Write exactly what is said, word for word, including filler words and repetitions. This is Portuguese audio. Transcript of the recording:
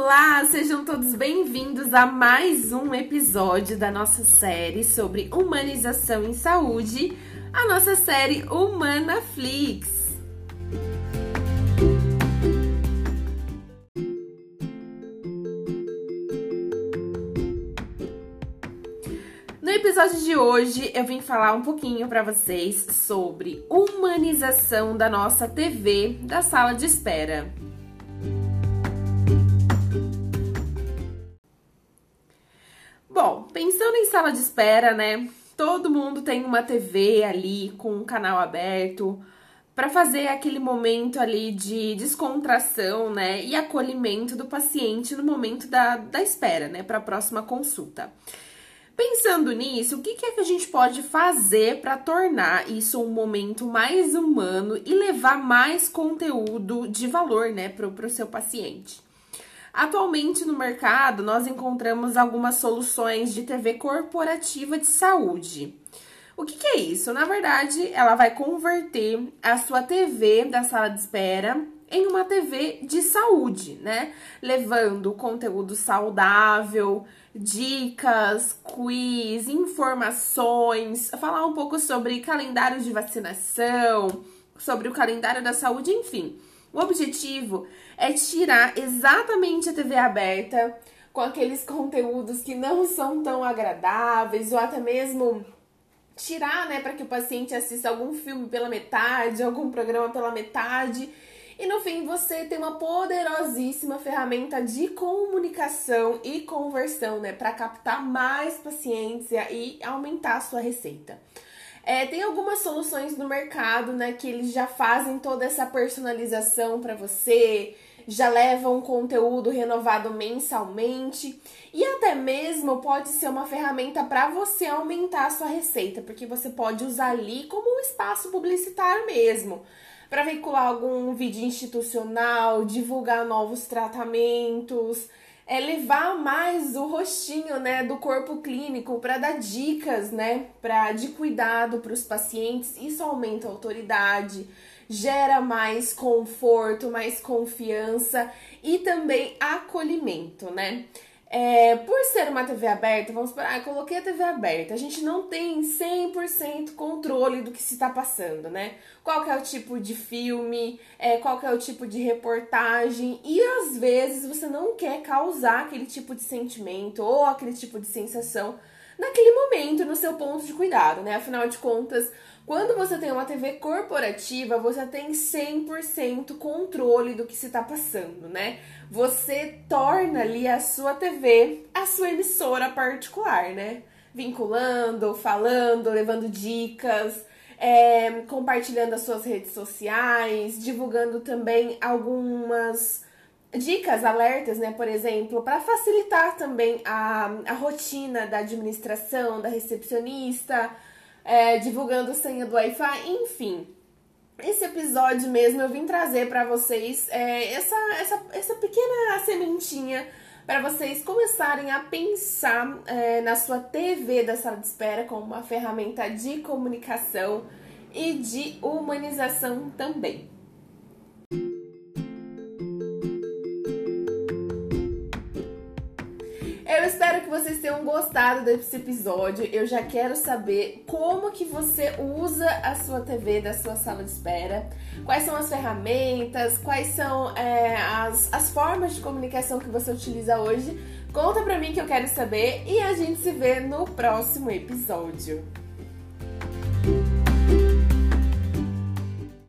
Olá, sejam todos bem-vindos a mais um episódio da nossa série sobre humanização em saúde, a nossa série Humanaflix. No episódio de hoje, eu vim falar um pouquinho para vocês sobre humanização da nossa T V da sala de espera. Bom, pensando em sala de espera, né? Todo mundo tem uma T V ali com um canal aberto para fazer aquele momento ali de descontração, né? E acolhimento do paciente no momento da, da espera, né? Para a próxima consulta. Pensando nisso, o que, que é que a gente pode fazer para tornar isso um momento mais humano e levar mais conteúdo de valor, né, para o seu paciente? Atualmente no mercado, nós encontramos algumas soluções de T V corporativa de saúde. O que, que é isso? Na verdade, ela vai converter a sua T V da sala de espera em uma T V de saúde, né? Levando conteúdo saudável, dicas, quiz, informações, falar um pouco sobre calendário de vacinação, sobre o calendário da saúde, enfim. O objetivo é tirar exatamente a T V aberta com aqueles conteúdos que não são tão agradáveis, ou até mesmo tirar, né, para que o paciente assista algum filme pela metade, algum programa pela metade. E no fim você tem uma poderosíssima ferramenta de comunicação e conversão, né, para captar mais pacientes e aumentar a sua receita. É, tem algumas soluções no mercado, né, que eles já fazem toda essa personalização para você, já levam conteúdo renovado mensalmente e até mesmo pode ser uma ferramenta para você aumentar a sua receita, porque você pode usar ali como um espaço publicitário mesmo, para veicular algum vídeo institucional, divulgar novos tratamentos, é levar mais o rostinho, né, do corpo clínico para dar dicas, né, pra, de cuidado para os pacientes. Isso aumenta a autoridade, gera mais conforto, mais confiança e também acolhimento, né? É, por ser uma T V aberta, vamos supor, ah, coloquei a T V aberta, a gente não tem cem por cento controle do que se está passando, né? Qual que é o tipo de filme, é, qual que é o tipo de reportagem, e às vezes você não quer causar aquele tipo de sentimento ou aquele tipo de sensação naquele momento, no seu ponto de cuidado, né? Afinal de contas, quando você tem uma T V corporativa, você tem cem por cento controle do que se está passando, né? Você torna ali a sua T V a sua emissora particular, né? Vinculando, falando, levando dicas, é, compartilhando as suas redes sociais, divulgando também algumas dicas, alertas, né, por exemplo, para facilitar também a, a rotina da administração, da recepcionista, é, divulgando senha do Wi-Fi, enfim. Esse episódio mesmo eu vim trazer para vocês é, essa, essa, essa pequena sementinha para vocês começarem a pensar é, na sua T V da sala de espera como uma ferramenta de comunicação e de humanização também. Eu espero que vocês tenham gostado desse episódio. Eu já quero saber como que você usa a sua T V da sua sala de espera, quais são as ferramentas, quais são é, as, as formas de comunicação que você utiliza hoje. Conta pra mim que eu quero saber e a gente se vê no próximo episódio.